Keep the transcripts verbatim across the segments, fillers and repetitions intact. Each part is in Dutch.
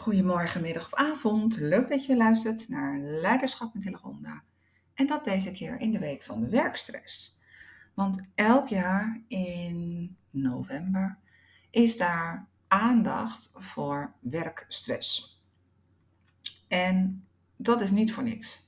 Goedemorgen, middag of avond. Leuk dat je weer luistert naar Leiderschap met Hillegonda. En dat deze keer in de week van de werkstress. Want elk jaar in november is daar aandacht voor werkstress. En dat is niet voor niks.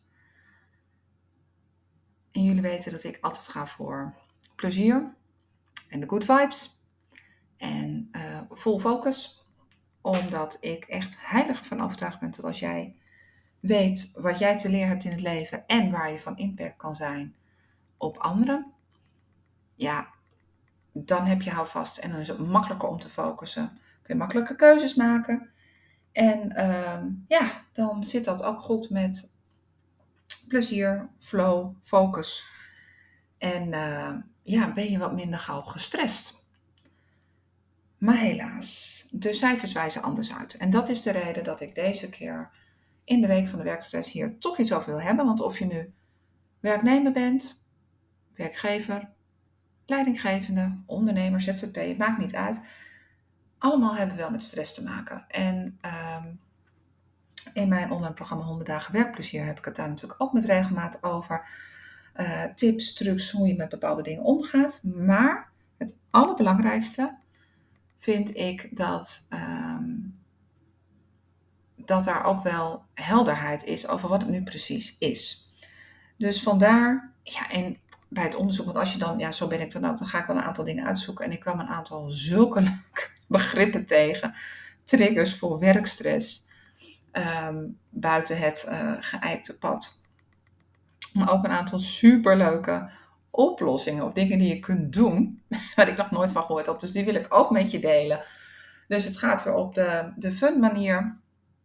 En jullie weten dat ik altijd ga voor plezier en de good vibes en uh, full focus. Omdat ik echt heilig van overtuigd ben dat als jij weet wat jij te leren hebt in het leven en waar je van impact kan zijn op anderen, ja, dan heb je houvast en dan is het makkelijker om te focussen. Kun je makkelijke keuzes maken en uh, ja, dan zit dat ook goed met plezier, flow, focus en uh, ja, ben je wat minder gauw gestrest. Maar helaas, de cijfers wijzen anders uit. En dat is de reden dat ik deze keer in de week van de werkstress hier toch iets over wil hebben. Want of je nu werknemer bent, werkgever, leidinggevende, ondernemer, Z Z P, het maakt niet uit. Allemaal hebben we wel met stress te maken. En um, in mijn online programma honderd dagen werkplezier heb ik het daar natuurlijk ook met regelmaat over. Uh, tips, trucs, hoe je met bepaalde dingen omgaat. Maar het allerbelangrijkste vind ik dat, um, dat daar ook wel helderheid is over wat het nu precies is. Dus vandaar, ja, en bij het onderzoek, want als je dan, ja, zo ben ik dan ook, dan ga ik wel een aantal dingen uitzoeken. En ik kwam een aantal zulke leuke begrippen tegen. Triggers voor werkstress. Um, buiten het uh, geëikte pad. Maar ook een aantal superleuke oplossingen of dingen die je kunt doen, waar ik nog nooit van gehoord had. Dus die wil ik ook met je delen. Dus het gaat weer op de, de fun manier.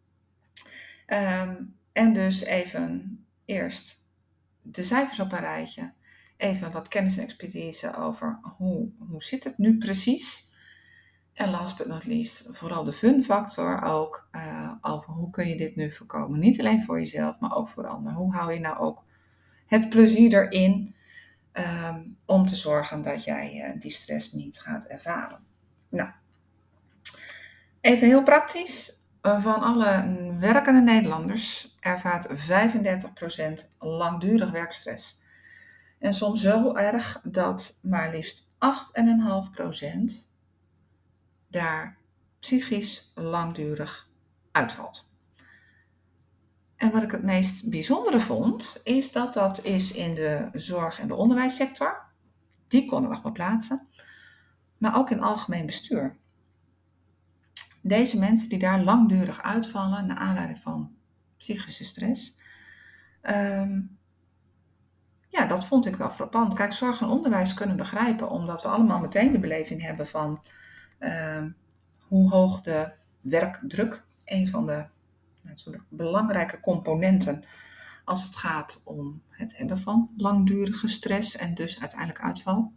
Um, en dus even eerst de cijfers op een rijtje. Even wat kennis en expertise over hoe, hoe zit het nu precies. En last but not least, vooral de fun factor ook. Uh, over hoe kun je dit nu voorkomen. Niet alleen voor jezelf, maar ook voor anderen. Hoe hou je nou ook het plezier erin. Um, om te zorgen dat jij uh, die stress niet gaat ervaren. Nou, even heel praktisch. Van alle werkende Nederlanders ervaart vijfendertig procent langdurig werkstress. En soms zo erg dat maar liefst acht komma vijf procent daar psychisch langdurig uitvalt. En wat ik het meest bijzondere vond, is dat dat is in de zorg- en de onderwijssector. Die kon ik nog wel plaatsen. Maar ook in algemeen bestuur. Deze mensen die daar langdurig uitvallen naar aanleiding van psychische stress. Um, ja, dat vond ik wel frappant. Kijk, zorg en onderwijs kunnen begrijpen, omdat we allemaal meteen de beleving hebben van um, hoe hoog de werkdruk, een van de natuurlijk belangrijke componenten als het gaat om het hebben van langdurige stress en dus uiteindelijk uitval,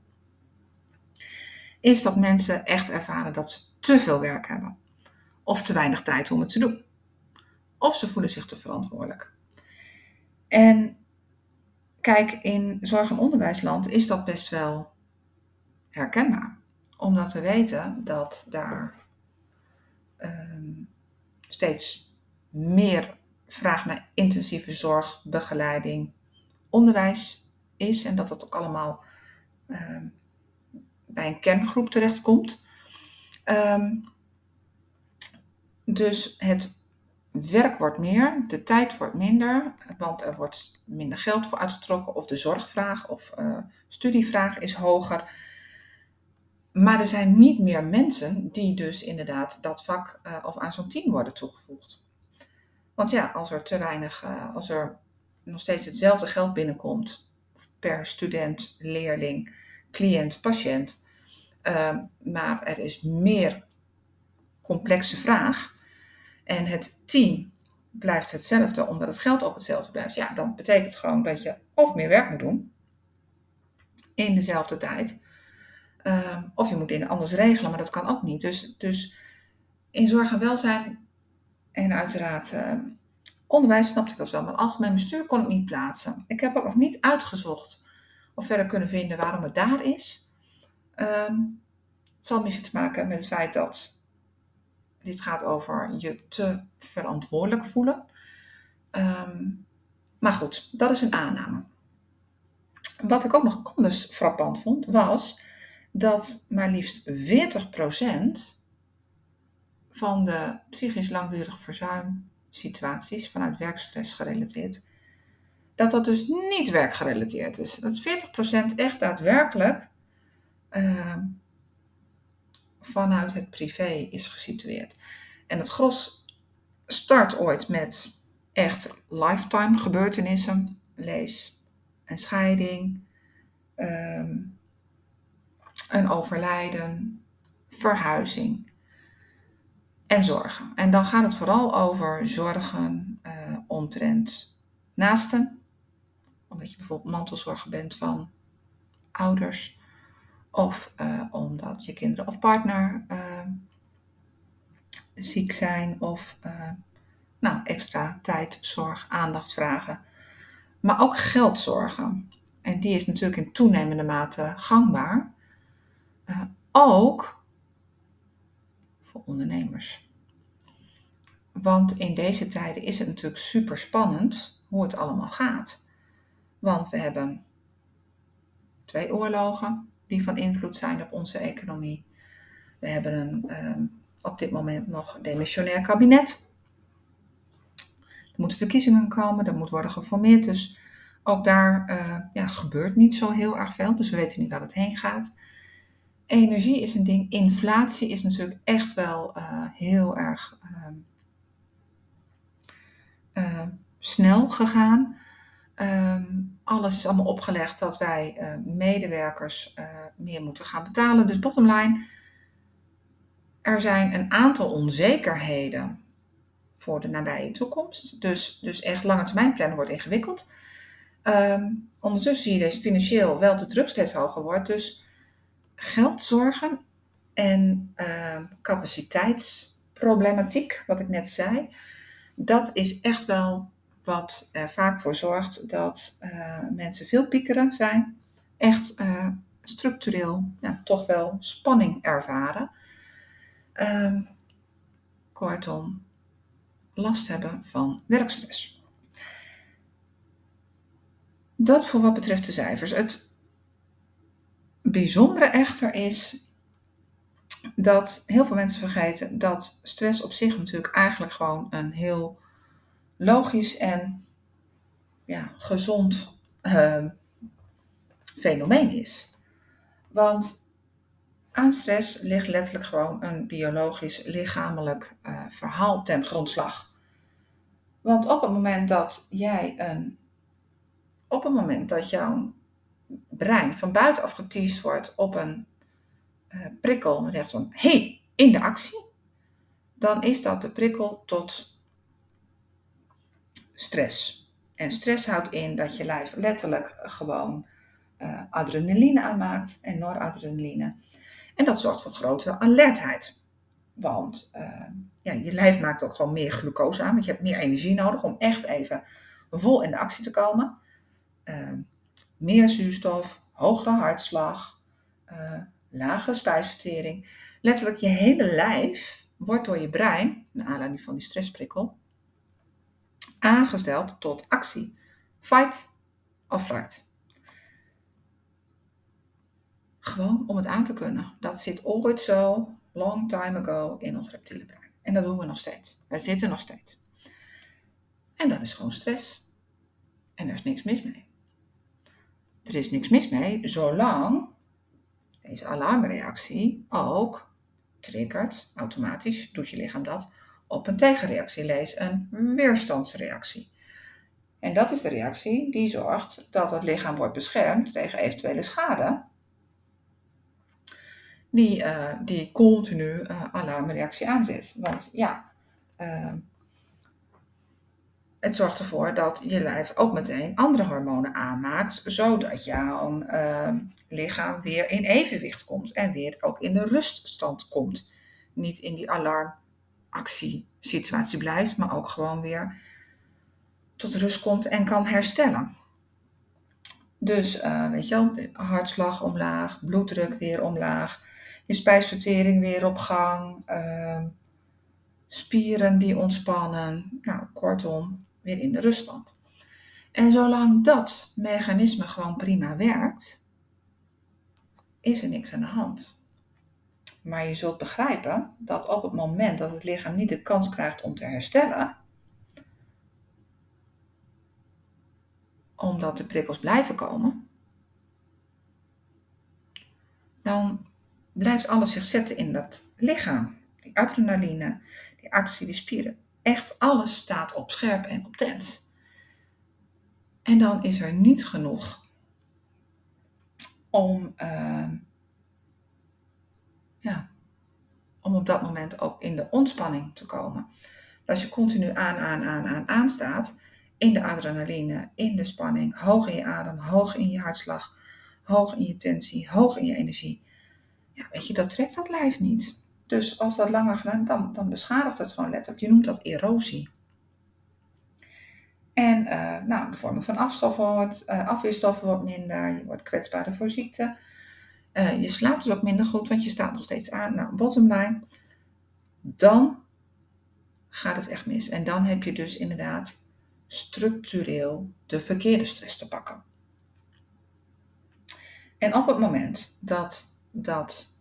is dat mensen echt ervaren dat ze te veel werk hebben. Of te weinig tijd om het te doen. Of ze voelen zich te verantwoordelijk. En kijk, in zorg- en onderwijsland is dat best wel herkenbaar. Omdat we weten dat daar um, steeds meer vraag naar intensieve zorg, begeleiding, onderwijs is. En dat dat ook allemaal um, bij een kerngroep terechtkomt. Um, dus het werk wordt meer, de tijd wordt minder, want er wordt minder geld voor uitgetrokken of de zorgvraag of uh, studievraag is hoger. Maar er zijn niet meer mensen die dus inderdaad dat vak uh, of aan zo'n team worden toegevoegd. Want ja, als er te weinig, uh, als er nog steeds hetzelfde geld binnenkomt per student, leerling, cliënt, patiënt, uh, maar er is meer complexe vraag en het team blijft hetzelfde omdat het geld ook hetzelfde blijft, ja, dan betekent het gewoon dat je of meer werk moet doen in dezelfde tijd, uh, of je moet dingen anders regelen, maar dat kan ook niet. Dus, dus in zorg en welzijn en uiteraard uh, onderwijs snapte ik dat wel, maar algemeen bestuur kon ik niet plaatsen. Ik heb ook nog niet uitgezocht of verder kunnen vinden waarom het daar is. Um, het zal misschien te maken hebben met het feit dat dit gaat over je te verantwoordelijk voelen. Um, maar goed, dat is een aanname. Wat ik ook nog anders frappant vond, was dat maar liefst veertig procent van de psychisch langdurig verzuimsituaties vanuit werkstress gerelateerd, dat dat dus niet werkgerelateerd is. Dat veertig procent echt daadwerkelijk uh, vanuit het privé is gesitueerd. En het gros start ooit met echt lifetime gebeurtenissen, lees een scheiding, um, een overlijden, verhuizing en zorgen. En dan gaat het vooral over zorgen uh, omtrent naasten, omdat je bijvoorbeeld mantelzorger bent van ouders, of uh, omdat je kinderen of partner uh, ziek zijn, of uh, nou, extra tijd, zorg, aandacht vragen. Maar ook geldzorgen. En die is natuurlijk in toenemende mate gangbaar. Uh, ook voor ondernemers. Want in deze tijden is het natuurlijk super spannend hoe het allemaal gaat. Want we hebben twee oorlogen die van invloed zijn op onze economie. We hebben een um, op dit moment nog demissionair kabinet. Er moeten verkiezingen komen, er moet worden geformeerd. Dus ook daar uh, ja, gebeurt niet zo heel erg veel. Dus we weten niet waar het heen gaat. Energie is een ding. Inflatie is natuurlijk echt wel uh, heel erg uh, uh, snel gegaan. Um, alles is allemaal opgelegd dat wij uh, medewerkers uh, meer moeten gaan betalen. Dus bottom line, er zijn een aantal onzekerheden voor de nabije toekomst. Dus, dus echt lange termijn plannen wordt ingewikkeld. Um, ondertussen zie je dat financieel wel de druk steeds hoger wordt. Dus geldzorgen en uh, capaciteitsproblematiek, wat ik net zei, dat is echt wel wat er vaak voor zorgt dat uh, mensen veel piekeren zijn. Echt uh, structureel ja, toch wel spanning ervaren. Um, kortom, last hebben van werkstress. Dat voor wat betreft de cijfers. Het bijzondere echter is dat heel veel mensen vergeten dat stress op zich natuurlijk eigenlijk gewoon een heel logisch en ja, gezond uh, fenomeen is. Want aan stress ligt letterlijk gewoon een biologisch, lichamelijk uh, verhaal ten grondslag. Want op het moment dat jij een, op het moment dat jouw brein van buitenaf geteased wordt op een uh, prikkel, met echt zo'n hey, in de actie, dan is dat de prikkel tot stress. En stress houdt in dat je lijf letterlijk gewoon uh, adrenaline aanmaakt en noradrenaline. En dat zorgt voor grotere alertheid. Want uh, ja, je lijf maakt ook gewoon meer glucose aan. Want je hebt meer energie nodig om echt even vol in de actie te komen. Uh, meer zuurstof, hogere hartslag, uh, lagere spijsvertering. Letterlijk je hele lijf wordt door je brein, naar aanleiding van die stressprikkel, aangesteld tot actie. Fight of flight. Gewoon om het aan te kunnen. Dat zit ooit zo, long time ago, in ons reptiele brein. En dat doen we nog steeds. Wij zitten nog steeds. En dat is gewoon stress. En er is niks mis mee. Er is niks mis mee, zolang deze alarmreactie ook triggert, automatisch doet je lichaam dat, op een tegenreactie, lees een weerstandsreactie. En dat is de reactie die zorgt dat het lichaam wordt beschermd tegen eventuele schade die, uh, die continu uh, alarmreactie aanzet. Want ja, uh, het zorgt ervoor dat je lijf ook meteen andere hormonen aanmaakt, zodat jouw uh, lichaam weer in evenwicht komt en weer ook in de ruststand komt. Niet in die alarmactiesituatie blijft, maar ook gewoon weer tot rust komt en kan herstellen. Dus, uh, weet je wel, hartslag omlaag, bloeddruk weer omlaag, je spijsvertering weer op gang, uh, spieren die ontspannen. Nou, kortom, weer in de ruststand. En zolang dat mechanisme gewoon prima werkt, is er niks aan de hand. Maar je zult begrijpen dat op het moment dat het lichaam niet de kans krijgt om te herstellen, omdat de prikkels blijven komen, dan blijft alles zich zetten in dat lichaam. Die adrenaline, die artsen, die spieren. Echt alles staat op scherp en op tens. En dan is er niet genoeg om, uh, ja, om op dat moment ook in de ontspanning te komen. Als je continu aan, aan, aan, aan, aan staat, in de adrenaline, in de spanning, hoog in je adem, hoog in je hartslag, hoog in je tensie, hoog in je energie. Ja, weet je, dat trekt dat lijf niet. Dus als dat langer gedaan, dan, dan beschadigt het gewoon letterlijk. Je noemt dat erosie. En uh, nou, de vorming van afstoffen wordt, uh, afweerstoffen wordt minder, je wordt kwetsbaarder voor ziekte. Uh, je slaapt dus ook minder goed, want je staat nog steeds aan. Nou, bottom line, dan gaat het echt mis. En dan heb je dus inderdaad structureel de verkeerde stress te pakken. En op het moment dat dat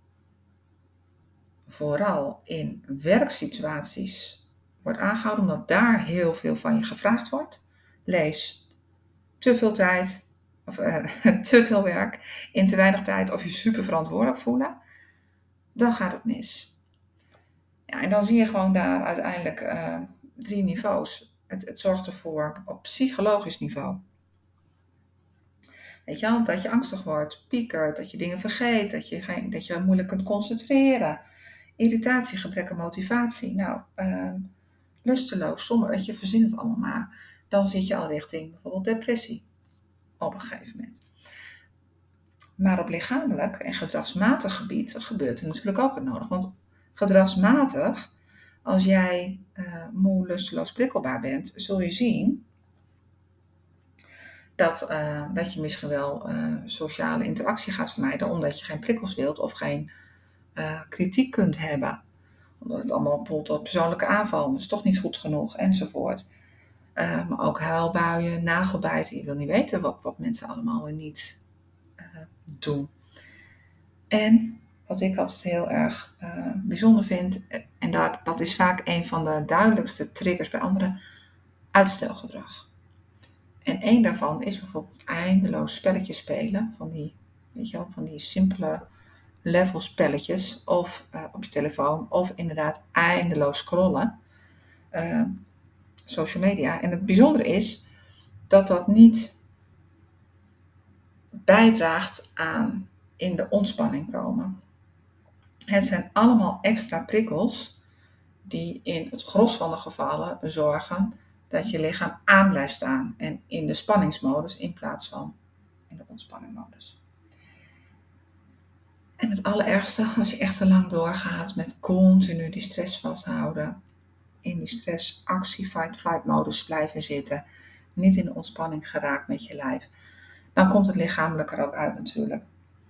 vooral in werksituaties wordt aangehouden, omdat daar heel veel van je gevraagd wordt, lees te veel tijd of uh, te veel werk in te weinig tijd of je super verantwoordelijk voelen, dan gaat het mis. Ja, en dan zie je gewoon daar uiteindelijk uh, drie niveaus. Het, het zorgt ervoor op psychologisch niveau. Weet je wel, dat je angstig wordt, piekert, dat je dingen vergeet, dat je, geen, dat je moeilijk kunt concentreren. Irritatie, gebrek aan motivatie. Nou, uh, lusteloos, somber, weet je, verzin het allemaal maar. Dan zit je al richting bijvoorbeeld depressie op een gegeven moment. Maar op lichamelijk en gedragsmatig gebied gebeurt er natuurlijk ook het nodig. Want gedragsmatig, als jij uh, moe, lusteloos, prikkelbaar bent, zul je zien dat, uh, dat je misschien wel uh, sociale interactie gaat vermijden, omdat je geen prikkels wilt of geen uh, kritiek kunt hebben. Omdat het allemaal poelt tot persoonlijke aanval, dat is toch niet goed genoeg, enzovoort. Uh, maar ook huilbuien, nagelbijten, je wil niet weten wat, wat mensen allemaal weer niet uh, doen. En wat ik altijd heel erg uh, bijzonder vind, en dat, dat is vaak een van de duidelijkste triggers bij anderen, uitstelgedrag. En één daarvan is bijvoorbeeld eindeloos spelletjes spelen, van die, weet je wel, van die simpele level spelletjes, of uh, op je telefoon, of inderdaad eindeloos scrollen, uh, social media. En het bijzondere is dat dat niet bijdraagt aan in de ontspanning komen. Het zijn allemaal extra prikkels die in het gros van de gevallen zorgen dat je lichaam aan blijft staan en in de spanningsmodus in plaats van in de ontspanningmodus. En het allerergste, als je echt te lang doorgaat met continu die stress vasthouden, in die stress, actie, fight, flight modus blijven zitten, niet in de ontspanning geraakt met je lijf, dan komt het lichamelijk er ook uit natuurlijk.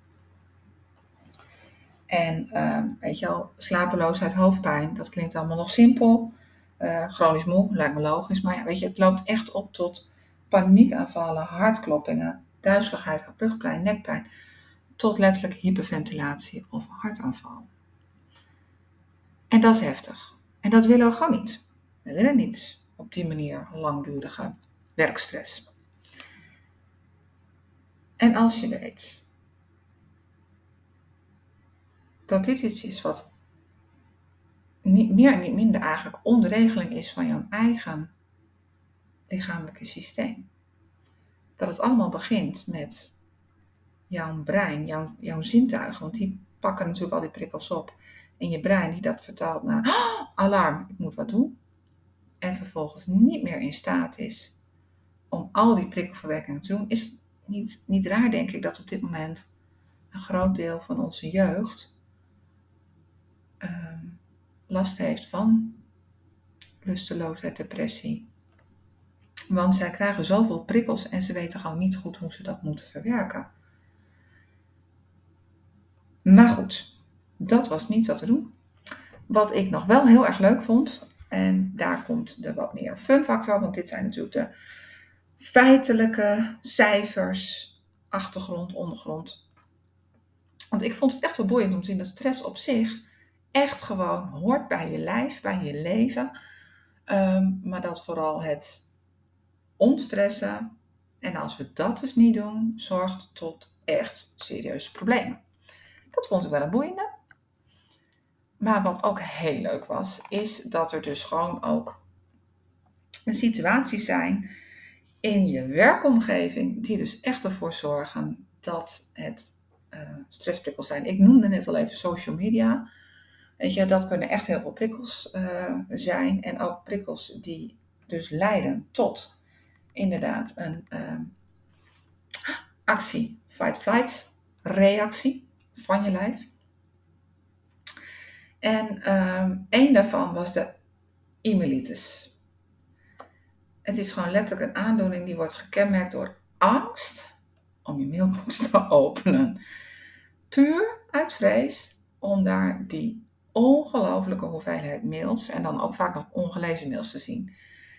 En uh, weet je wel, slapeloosheid, hoofdpijn, dat klinkt allemaal nog simpel. Uh, chronisch moe, lijkt me logisch, maar ja, weet je, het loopt echt op tot paniekaanvallen, hartkloppingen, duizeligheid, rugpijn, nekpijn, tot letterlijk hyperventilatie of hartaanval. En dat is heftig. En dat willen we gewoon niet. We willen niet op die manier langdurige werkstress. En als je weet dat dit iets is wat niet meer en niet minder eigenlijk onderregeling is van jouw eigen lichamelijke systeem. Dat het allemaal begint met jouw brein, jouw, jouw zintuigen, want die pakken natuurlijk al die prikkels op. En je brein die dat vertaalt naar oh, alarm, ik moet wat doen. En vervolgens niet meer in staat is om al die prikkelverwerking te doen, is het niet, niet raar, denk ik, dat op dit moment een groot deel van onze jeugd uh, last heeft van lusteloosheid, depressie. Want zij krijgen zoveel prikkels en ze weten gewoon niet goed hoe ze dat moeten verwerken. Maar goed, dat was niet wat te doen. wat ik nog wel heel erg leuk vond, en daar komt de wat meer fun factor, want dit zijn natuurlijk de feitelijke cijfers, achtergrond, ondergrond. Want ik vond het echt wel boeiend om te zien dat stress op zich echt gewoon hoort bij je lijf, bij je leven. Um, maar dat vooral het ontstressen, en als we dat dus niet doen, zorgt tot echt serieuze problemen. Dat vond ik wel een boeiende. Maar wat ook heel leuk was, is dat er dus gewoon ook situaties zijn in je werkomgeving die dus echt ervoor zorgen dat het uh, stressprikkels zijn. Ik noemde net al even social media. Weet je, dat kunnen echt heel veel prikkels uh, zijn. En ook prikkels die dus leiden tot inderdaad een uh, actie, fight-flight reactie van je lijf. En um, één daarvan was de immelitis. Het is gewoon letterlijk een aandoening die wordt gekenmerkt door angst om je mailbox te openen. Puur uit vrees om daar die ongelofelijke hoeveelheid mails en dan ook vaak nog ongelezen mails te zien.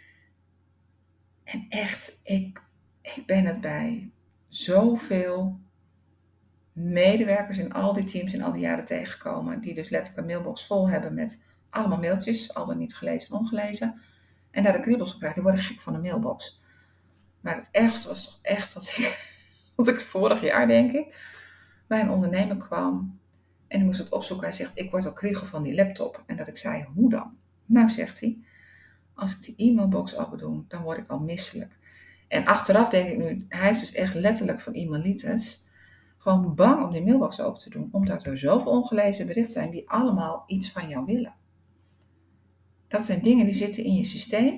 En echt, ik, ik ben het bij zoveel medewerkers in al die teams in al die jaren tegengekomen, die dus letterlijk een mailbox vol hebben met allemaal mailtjes, al dan niet gelezen en ongelezen, en daar de kriebels op krijgen. Die worden gek van de mailbox. Maar het ergste was toch echt dat ik, dat ik vorig jaar, denk ik, bij een ondernemer kwam en die moest het opzoeken. Hij zegt, ik word al kriegel van die laptop. En dat ik zei, hoe dan? Nou, zegt hij, als ik die e-mailbox open doe, dan word ik al misselijk. En achteraf denk ik nu, hij heeft dus echt letterlijk van e-mailitis gewoon bang om die mailbox open te doen, omdat er zoveel ongelezen berichten zijn die allemaal iets van jou willen. Dat zijn dingen die zitten in je systeem.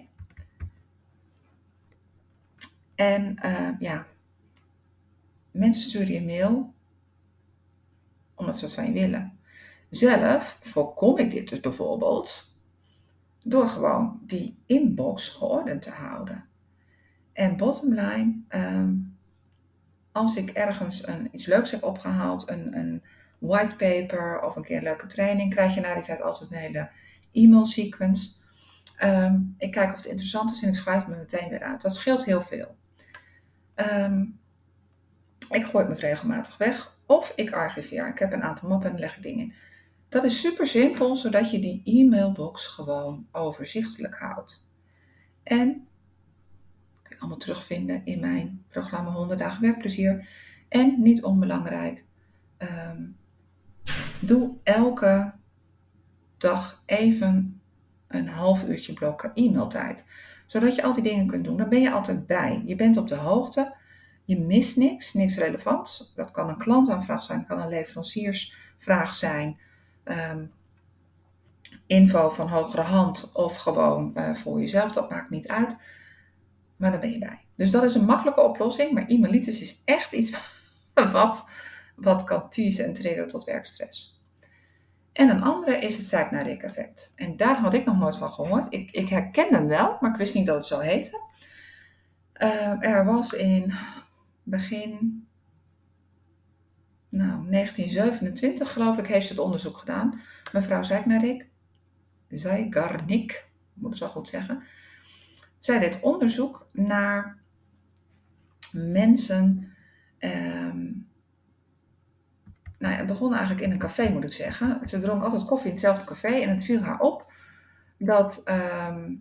En uh, ja, mensen sturen je mail omdat ze het van je willen. Zelf voorkom ik dit dus bijvoorbeeld door gewoon die inbox geordend te houden. En bottom line, um, als ik ergens een, iets leuks heb opgehaald, een, een whitepaper of een keer een leuke training, krijg je na die tijd altijd een hele e-mail sequence. Um, ik kijk of het interessant is en ik schrijf het me meteen weer uit. Dat scheelt heel veel. Um, ik gooi het met regelmatig weg of ik archiveer. Ik heb een aantal mappen en dan leg ik dingen in. Dat is super simpel, zodat je die e-mailbox gewoon overzichtelijk houdt. En kun je allemaal terugvinden in mijn programma honderd dagen werkplezier. En niet onbelangrijk, um, doe elke dag even een half uurtje blokken e-mailtijd. Zodat je al die dingen kunt doen. Dan ben je altijd bij. Je bent op de hoogte. Je mist niks, niks relevants. Dat kan een klantaanvraag zijn, kan een leveranciersvraag zijn. Um, info van hogere hand of gewoon uh, voor jezelf, dat maakt niet uit. Maar dan ben je bij. Dus dat is een makkelijke oplossing, maar e-mailitis is echt iets wat, wat kan teasen en triggeren tot werkstress. En een andere is het Zeik-naar-Rik effect. En daar had ik nog nooit van gehoord. Ik, ik herken hem wel, maar ik wist niet dat het zo heette. Uh, er was in begin nou, negentien zevenentwintig, geloof ik, heeft ze het onderzoek gedaan. Mevrouw Zeik-naar-Rik, Zeigarnik, ik moet het wel goed zeggen. Zij deed onderzoek naar mensen. Um, nou ja, het begon eigenlijk in een café, moet ik zeggen. Ze dronk altijd koffie in hetzelfde café en het viel haar op dat um,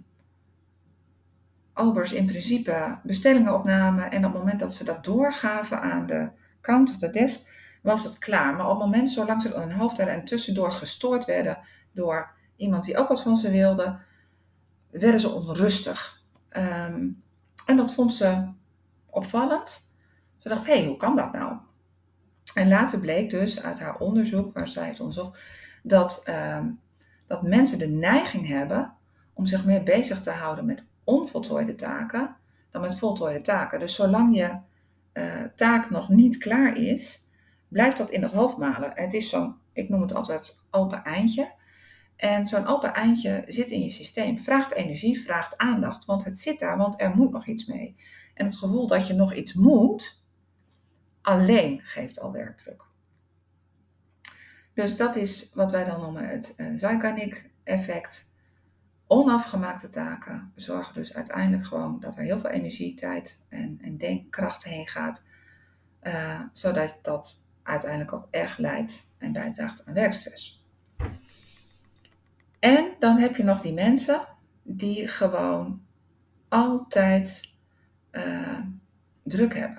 obers in principe bestellingen opnamen en op het moment dat ze dat doorgaven aan de counter of de desk, was het klaar. Maar op het moment, zolang ze in hun hoofd hadden en tussendoor gestoord werden door iemand die ook wat van ze wilde, werden ze onrustig. Um, en dat vond ze opvallend. Ze dacht, hé, hey, hoe kan dat nou? En later bleek dus uit haar onderzoek, waar zij het onderzocht, dat, um, dat mensen de neiging hebben om zich meer bezig te houden met onvoltooide taken dan met voltooide taken. Dus zolang je uh, taak nog niet klaar is, blijft dat in het hoofd malen. Het is zo'n, ik noem het altijd open eindje. En zo'n open eindje zit in je systeem, vraagt energie, vraagt aandacht, want het zit daar, want er moet nog iets mee. En het gevoel dat je nog iets moet, alleen geeft al werkdruk. Dus dat is wat wij dan noemen het uh, Zeigarnik-effect. Onafgemaakte taken zorgen dus uiteindelijk gewoon dat er heel veel energie, tijd en, en denkkracht heen gaat. Uh, zodat dat uiteindelijk ook echt leidt en bijdraagt aan werkstress. En dan heb je nog die mensen die gewoon altijd uh, druk hebben.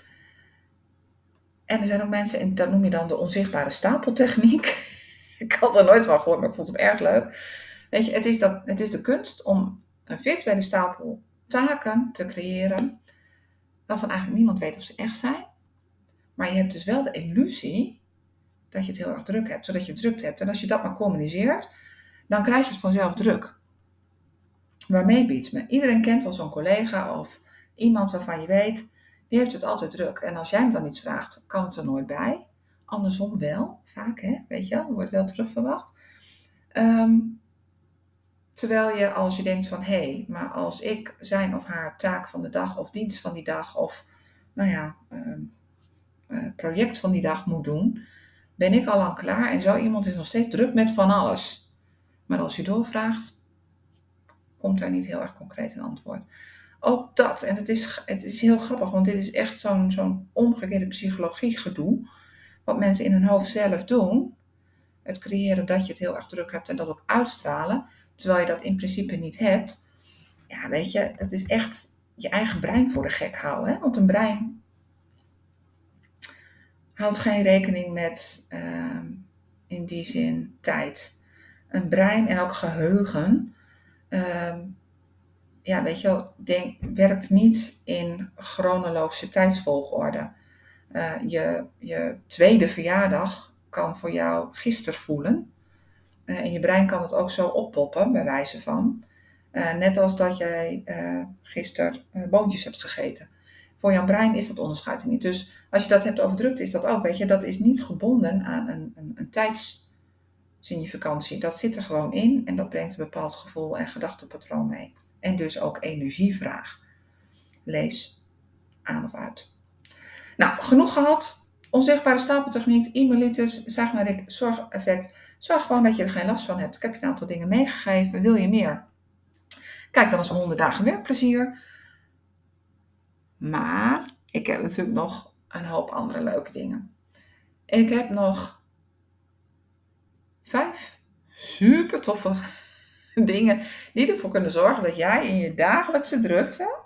En er zijn ook mensen, en dat noem je dan de onzichtbare stapeltechniek. Ik had er nooit van gehoord, maar ik vond het erg leuk. Weet je, het is, dat, het is de kunst om een virtuele stapel taken te creëren, waarvan eigenlijk niemand weet of ze echt zijn. Maar je hebt dus wel de illusie dat je het heel erg druk hebt, zodat je drukte hebt. En als je dat maar communiceert, dan krijg je het vanzelf druk. Waarmee beats me? Iedereen kent wel zo'n collega of iemand waarvan je weet, die heeft het altijd druk. En als jij hem dan iets vraagt, kan het er nooit bij. Andersom wel, vaak, hè? Weet je, er wordt wel terugverwacht. Um, terwijl je als je denkt van, hé, hey, maar als ik zijn of haar taak van de dag of dienst van die dag of, nou ja, um, uh, project van die dag moet doen, ben ik al lang klaar en zo iemand is nog steeds druk met van alles. Maar als je doorvraagt, komt daar niet heel erg concreet een antwoord. Ook dat, en het is, het is heel grappig, want dit is echt zo'n, zo'n omgekeerde psychologie gedoe, wat mensen in hun hoofd zelf doen. Het creëren dat je het heel erg druk hebt en dat ook uitstralen, terwijl je dat in principe niet hebt. Ja, weet je, dat is echt je eigen brein voor de gek houden. Hè? Want een brein houdt geen rekening met, uh, in die zin, tijd. Een brein en ook geheugen, uh, ja, weet je wel, denk, werkt niet in chronologische tijdsvolgorde. Uh, je, je tweede verjaardag kan voor jou gisteren voelen. Uh, en je brein kan het ook zo oppoppen, bij wijze van. Uh, net als dat jij uh, gisteren uh, boontjes hebt gegeten. Voor jouw brein is dat onderscheid er niet. Dus als je dat hebt over drukte, is dat ook, weet je, dat is niet gebonden aan een, een, een tijdssignificantie. Dat zit er gewoon in en dat brengt een bepaald gevoel en gedachtepatroon mee. En dus ook energievraag. Lees aan of uit. Nou, genoeg gehad. Onzichtbare stapeltechniek, e-mailitis, Zeigarnik, zorgeffect. Zorg gewoon dat je er geen last van hebt. Ik heb je een aantal dingen meegegeven. Wil je meer? Kijk dan eens honderd dagen werkplezier. Maar ik heb natuurlijk nog een hoop andere leuke dingen. Ik heb nog vijf super toffe dingen die ervoor kunnen zorgen dat jij in je dagelijkse drukte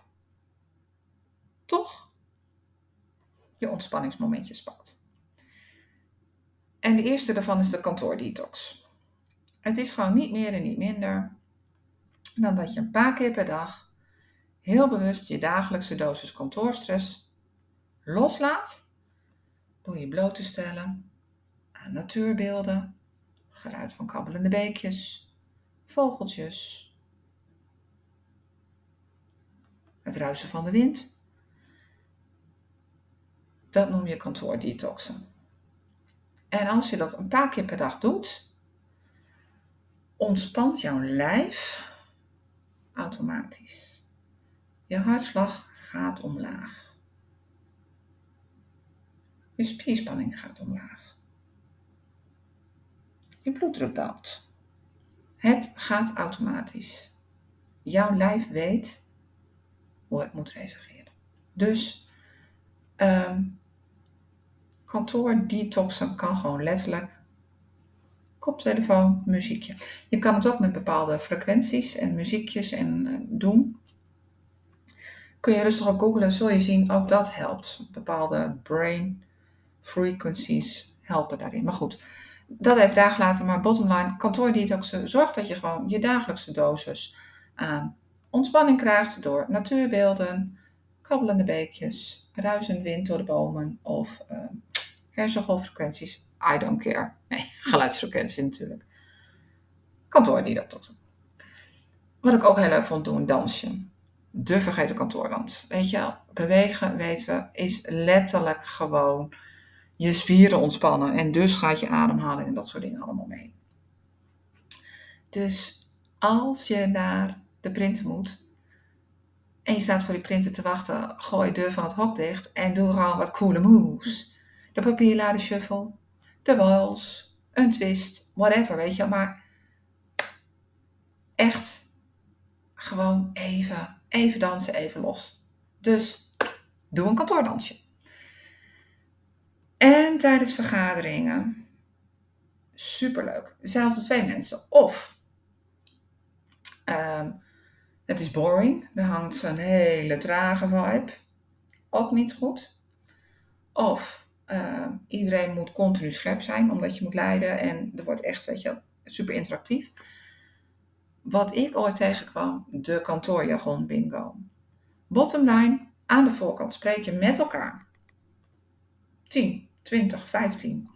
toch je ontspanningsmomentjes pakt. En de eerste daarvan is de kantoordetox. Het is gewoon niet meer en niet minder dan dat je een paar keer per dag heel bewust je dagelijkse dosis kantoorstress loslaat door je bloot te stellen aan natuurbeelden, geluid van kabbelende beekjes, vogeltjes, het ruisen van de wind. Dat noem je kantoordetoxen. En als je dat een paar keer per dag doet, ontspant jouw lijf automatisch. Je hartslag gaat omlaag. Je spierspanning gaat omlaag. Je bloeddruk daalt. Het gaat automatisch. Jouw lijf weet hoe het moet reageren. Dus um, kantoordetoxen kan gewoon letterlijk koptelefoon, muziekje. Je kan het ook met bepaalde frequenties en muziekjes en uh, doen. Kun je rustig op googlen, zul je zien, ook dat helpt. Bepaalde brain frequencies helpen daarin. Maar goed, dat even daar laten. Maar bottom line, kantoordetoxen zorgt dat je gewoon je dagelijkse dosis aan ontspanning krijgt door natuurbeelden, kabbelende beekjes, ruisende wind door de bomen of uh, hersengolffrequenties. I don't care. Nee, geluidsfrequentie natuurlijk. Kantoordetoxen. Wat ik ook heel leuk vond, doen, dansje. De vergeten kantoordans. Weet je, bewegen, weten we, is letterlijk gewoon je spieren ontspannen. En dus gaat je ademhaling en dat soort dingen allemaal mee. Dus als je naar de printer moet en je staat voor die printer te wachten, gooi de deur van het hok dicht en doe gewoon wat coole moves. De papierladen shuffle, de wals, een twist, whatever, weet je. Maar echt gewoon even, even dansen, even los. Dus doe een kantoordansje. En tijdens vergaderingen, superleuk. Er zijn altijd twee mensen. Of um, het is boring, er hangt een hele trage vibe. Ook niet goed. Of uh, iedereen moet continu scherp zijn, omdat je moet leiden. En er wordt echt, weet je, super interactief. Wat ik ooit tegenkwam, de kantoorjargon bingo. Bottom line, aan de voorkant spreek je met elkaar. tien, twintig, vijftien.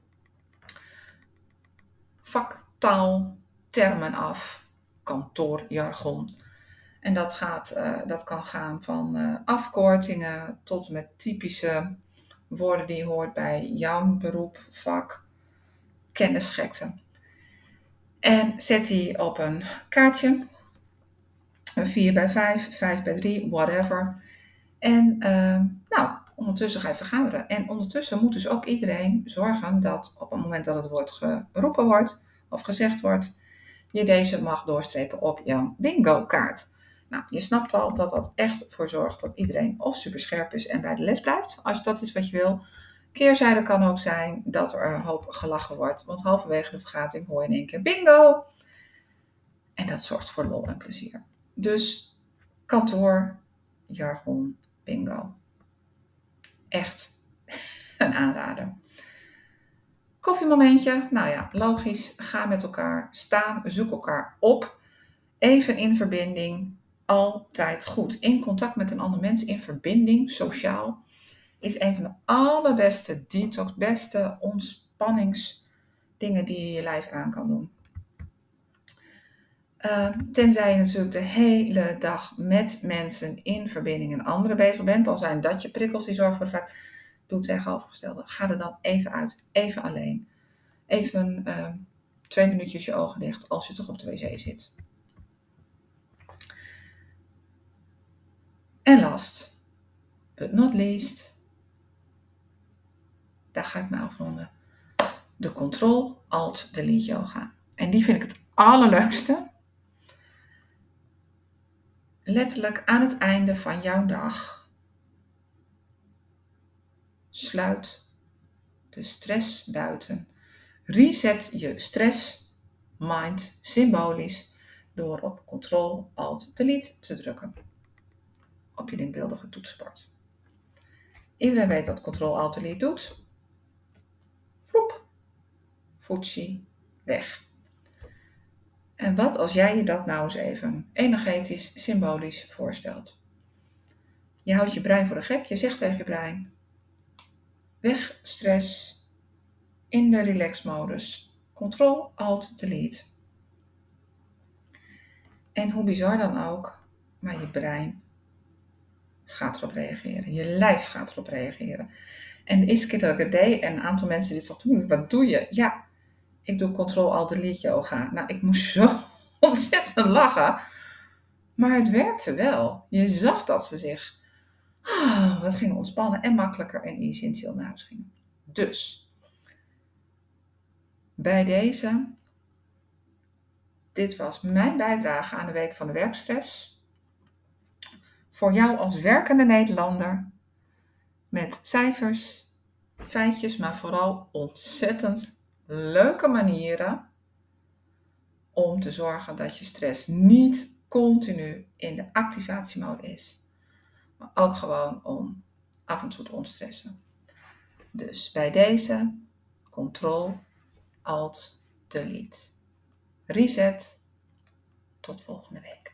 Vaktaal, termen af, kantoorjargon. En dat, gaat, uh, dat kan gaan van uh, afkortingen tot met typische woorden die je hoort bij jouw beroep, vak, kennisgekte. En zet die op een kaartje, een vier bij vijf, vijf bij drie, whatever. En uh, nou, ondertussen ga je vergaderen. En ondertussen moet dus ook iedereen zorgen dat op het moment dat het woord geroepen wordt of gezegd wordt, je deze mag doorstrepen op jouw bingo kaart. Nou, je snapt al dat dat echt voor zorgt dat iedereen of super scherp is en bij de les blijft, als dat is wat je wil. Keerzijde kan ook zijn dat er een hoop gelachen wordt, want halverwege de vergadering hoor je in één keer bingo. En dat zorgt voor lol en plezier. Dus kantoor, jargon, bingo. Echt een aanrader. Koffiemomentje, nou ja, logisch, ga met elkaar staan, zoek elkaar op. Even in verbinding, altijd goed. In contact met een ander mens, in verbinding, sociaal, is een van de allerbeste detox, beste ontspanningsdingen die je je lijf aan kan doen. Uh, tenzij je natuurlijk de hele dag met mensen in verbinding en anderen bezig bent, dan zijn dat je prikkels die zorgen voor de vraag. Doe het tegenovergestelde. Ga er dan even uit, even alleen. Even uh, twee minuutjes je ogen dicht als je toch op de wc zit. En last but not least, daar ga ik me afronden, de Control-Alt-Delete yoga. En die vind ik het allerleukste. Letterlijk aan het einde van jouw dag sluit de stress buiten. Reset je stress mind symbolisch door op Control-Alt-Delete te drukken op je denkbeeldige toetsenbord. Iedereen weet wat Control-Alt-Delete doet. Vloep, voetsie, weg. En wat als jij je dat nou eens even energetisch, symbolisch voorstelt? Je houdt je brein voor de gek, je zegt tegen je brein, weg stress, in de relax-modus, Control-Alt-Delete. En hoe bizar dan ook, maar je brein gaat erop reageren. Je lijf gaat erop reageren. En de eerste keer dat ik het deed, en een aantal mensen die dachten, wat doe je? Ja, ik doe Control-Alt-Delete yoga. Nou, ik moest zo ontzettend lachen. Maar het werkte wel. Je zag dat ze zich oh, wat gingen ontspannen en makkelijker en easy en chill naar huis gingen. Dus, bij deze, dit was mijn bijdrage aan de Week van de Werkstress. Voor jou als werkende Nederlander, met cijfers, feitjes, maar vooral ontzettend leuke manieren om te zorgen dat je stress niet continu in de activatiemode is, maar ook gewoon om af en toe te ontstressen. Dus bij deze, Control-Alt-Delete. Reset. Tot volgende week.